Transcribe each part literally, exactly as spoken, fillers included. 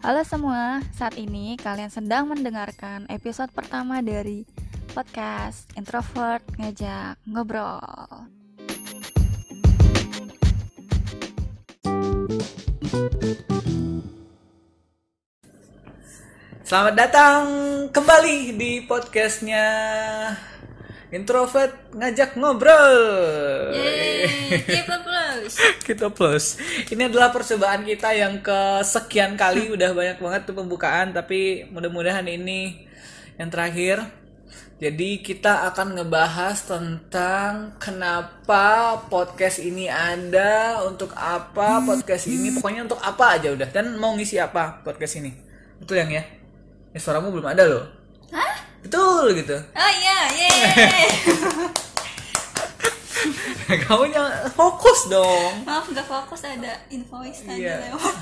Halo semua, saat ini kalian sedang mendengarkan episode pertama dari podcast Introvert Ngajak Ngobrol. Selamat datang kembali di podcastnya Introvert Ngajak Ngobrol. Yeay, kita plus. Kita plus. Ini adalah percobaan kita yang kesekian kali. Udah banyak banget tuh pembukaan, tapi mudah-mudahan ini yang terakhir. Jadi kita akan ngebahas tentang kenapa podcast ini ada, untuk apa podcast ini, pokoknya untuk apa aja udah. Dan mau ngisi apa podcast ini. Betul yang ya? Eh, suaramu belum ada loh. Hah? Betul gitu. Oh iya, yeay. Kamu jangan fokus dong. Maaf gak fokus, ada invoice tadi Iya. lewat.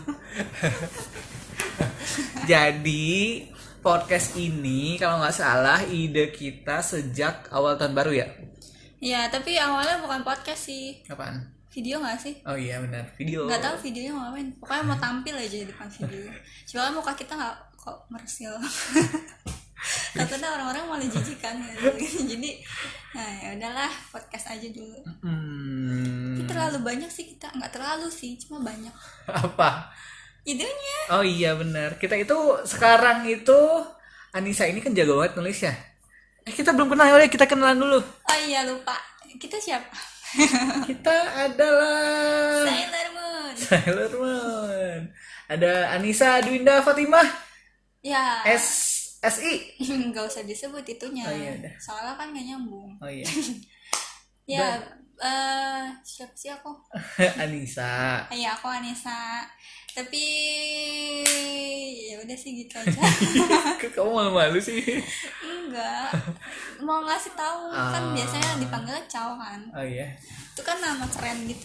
Jadi podcast ini kalau nggak salah ide kita sejak awal tahun baru ya. Iya, tapi awalnya bukan podcast sih. Kapan? Video gak sih? Oh iya benar, video. Gak tahu videonya mau ngapain. Pokoknya mau tampil aja di depan video. Soalnya muka kita gak kok mersil. Takutnya orang-orang malah jijikan gitu. Jadi, nah ya udahlah podcast aja dulu. Hmm. Tapi terlalu banyak sih kita, nggak terlalu sih, cuma banyak Apa? idenya. Oh iya benar. Kita itu sekarang itu Anissa ini kan jago banget nulis ya. Eh kita belum kenal ya, kita kenalan dulu. Oh iya lupa, kita siapa? Kita adalah Sailor Moon. Sailor Moon. Ada Anissa Dwinda Fatimah Ya. S SI. Nggak usah disebut itunya. Oh iya udah. Soalnya kan nggak nyambung. Oh iya. Ya, eh siapa sih aku? Anissa. Iya aku Anissa. Tapi ya udah sih gitu aja. Kok kamu malu-malu sih? Enggak. Mau ngasih tahu kan Ah. biasanya dipanggilnya Chow kan. Oh iya. Itu kan nama keren gitu.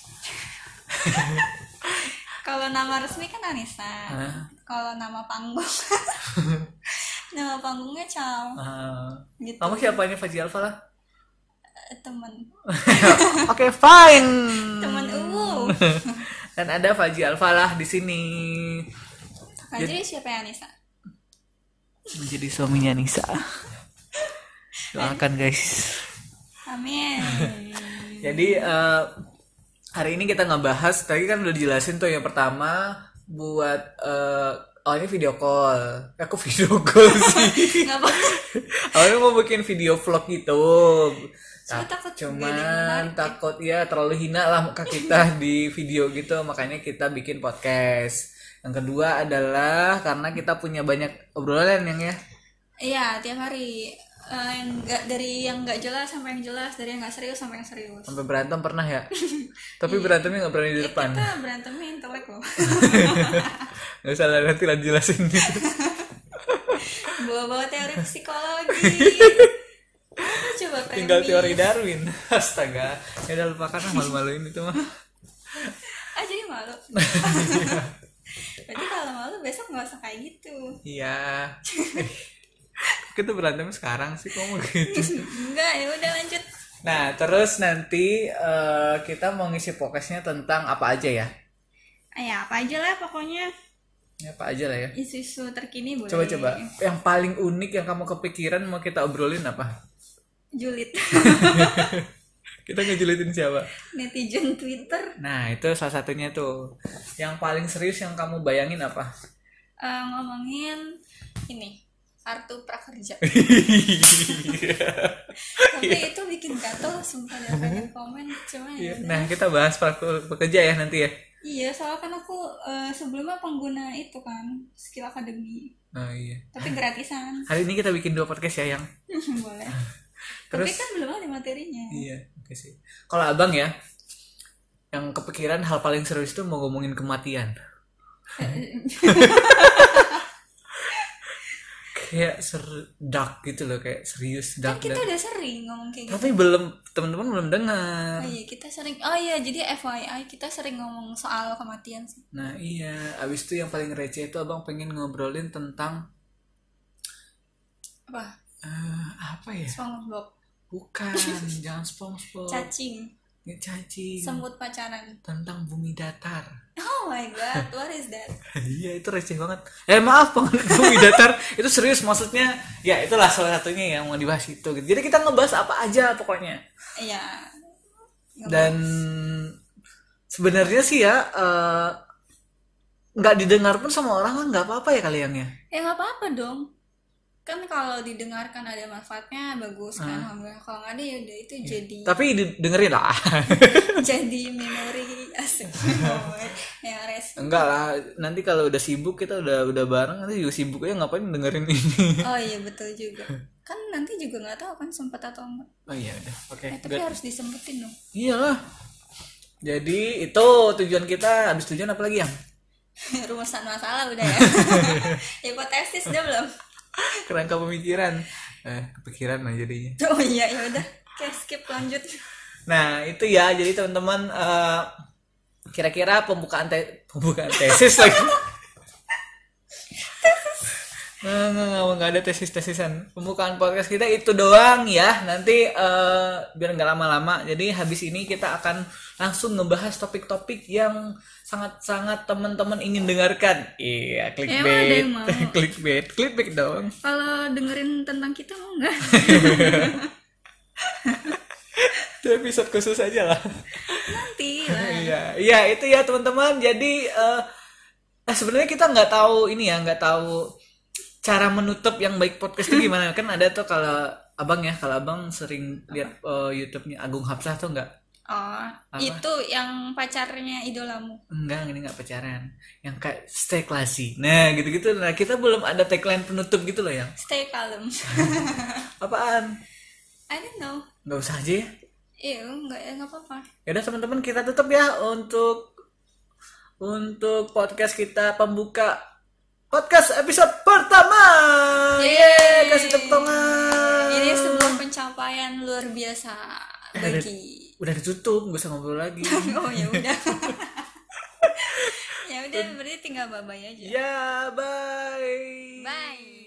Kalau nama resmi kan Anissa. Hah? Kalau nama panggung nama panggungnya Chow Ah. gitu. Kamu siapanya Faji Alfa lah? Eh, temen Oke, fine. temen uwu. Dan ada Faji Alfa lah di sini. Nah, jadi siapa ya Anissa? Menjadi suaminya Anissa. Doakan guys. Amin. Jadi eh, hari ini kita ngebahas, tadi kan udah dijelasin tuh yang pertama buat eh, oh ini video call. Eh, aku video call sih. Nggak apa. Awalnya mau bikin video vlog gitu. Cuma Ta- takut nggak ada yang cuman menarik ya. takut ya terlalu hina lah muka kita di video gitu, makanya kita bikin podcast. Yang kedua adalah karena kita punya banyak obrolan yang ya. Iya tiap hari. Eh, yang nggak dari yang nggak jelas sampai yang jelas, dari yang nggak serius sampai yang serius. Sampai berantem pernah ya. Tapi berantemnya nggak berani di Ya, depan. kita berantemnya intelek loh. Nggak usah lah, nanti lah jelasin gitu. Bawa-bawa teori psikologi. Apa coba premis? Tinggal teori Darwin. Astaga. Ya udah lupakan lah, malu-maluin itu mah. Ah jadi malu. Berarti kalau malu besok nggak usah kayak gitu. Iya. Kita berantem sekarang sih kamu gitu. Enggak, ya udah lanjut. Nah, terus nanti eh, kita mau ngisi podcastnya tentang apa aja ya? Ah, ya apa aja lah pokoknya. Ya, apa aja lah ya. Isu-isu terkini boleh. Coba-coba. Yang paling unik yang kamu kepikiran mau kita obrolin apa? Julid. Kita ngejulitin siapa? Netizen Twitter. Nah, itu salah satunya tuh. Yang paling serius yang kamu bayangin apa? Eh, ngomongin ini kartu prakerja. Tapi itu bikin gatel sumpah dari banyak komen. Cuma ya udah. Nah, kita bahas praku- pekerja ya nanti ya. Iya, soalnya kan aku eh, sebelumnya pengguna itu kan skill academy, Oh iya. tapi gratisan. Hari ini kita bikin dua podcast ya yang. Boleh. Terus Tapi kan belum ada materinya. iya, oke sih. Kalau Abang ya, yang kepikiran hal paling serius tuh mau ngomongin kematian. Kayak ser dark gitu loh, kayak serius Kan dark. kita dark. udah sering ngomong kayak gitu. Tapi belum, teman-teman belum dengar. Oh iya, kita sering. Oh iya, jadi F Y I kita sering ngomong soal kematian sih. Nah iya, abis itu yang paling receh itu Abang pengen ngobrolin tentang Apa? eh, apa ya? SpongeBob, Bukan, jangan SpongeBob. cacing, Ini cacing. semut pacaran. Tentang bumi datar. Oh Oh my god, what is that? Iya, itu receh banget. Eh maaf penganut bumi datar, itu serius maksudnya. Ya itulah salah satunya yang mau dibahas itu. Gitu. Jadi kita ngebahas apa aja pokoknya. Iya. Dan sebenarnya sih ya uh, nggak didengar pun sama orang kan nggak apa-apa ya kalian ya. Ya nggak apa-apa dong. Kan kalau didengarkan ada manfaatnya bagus kan, alhamdulillah. Kalau nggak ada ya udah itu ya. Jadi Tapi dengerin lah. jadi memori asik. Yang res. Enggak lah, nanti kalau udah sibuk kita udah udah bareng nanti juga sibuk aja ngapain dengerin ini. Oh iya betul juga. Kan nanti juga nggak tahu kan sempat atau enggak. Oh iya udah, oke. Okay, eh, tapi harus disempetin dong. Iyalah. Jadi itu tujuan kita, habis tujuan apa lagi ya? Rumusan masalah udah ya. Hipotesis udah belum? Kerangka pemikiran. Eh, kepikiran lah jadinya. Oh iya ya udah. Oke, skip lanjut. Nah, itu ya. Jadi teman-teman uh, kira-kira pembukaan te- pembukaan tesis lagi. Nggak, nggak, nggak, nggak ada tesis-tesisan. Pembukaan podcast kita itu doang ya. Nanti uh, biar nggak lama-lama. Jadi habis ini kita akan langsung ngebahas topik-topik yang sangat-sangat teman-teman ingin dengarkan. Iya, clickbait. clickbait, clickbait dong. Kalau dengerin tentang kita mau nggak? Itu episode khusus aja lah. Nanti lah. Iya, iya itu ya teman-teman. Jadi uh, eh, sebenarnya kita nggak tahu ini ya, nggak tahu cara menutup yang baik podcast itu gimana. Kan ada tuh kalau abang ya, kalau abang sering lihat uh, YouTube-nya Agung Hapsah tuh nggak? Oh, apa? Itu yang pacarnya idolamu? Enggak, ini nggak pacaran. Yang kayak stay classy. Nah, gitu-gitu. Nah, kita belum ada tagline penutup gitu loh yang. Stay calm. Apaan? I don't know. Nggak usah aja ya? Iya, nggak ya nggak apa-apa. Ya udah teman-teman kita tutup ya untuk untuk podcast kita pembuka podcast episode pertama. Yeay, kasih tepuk tangan. Ini sebuah pencapaian luar biasa bagi. Udah ditutup, gak usah ngobrol lagi. Oh ya udah. Ya udah berarti tinggal bye-bye aja. Ya, bye. Bye.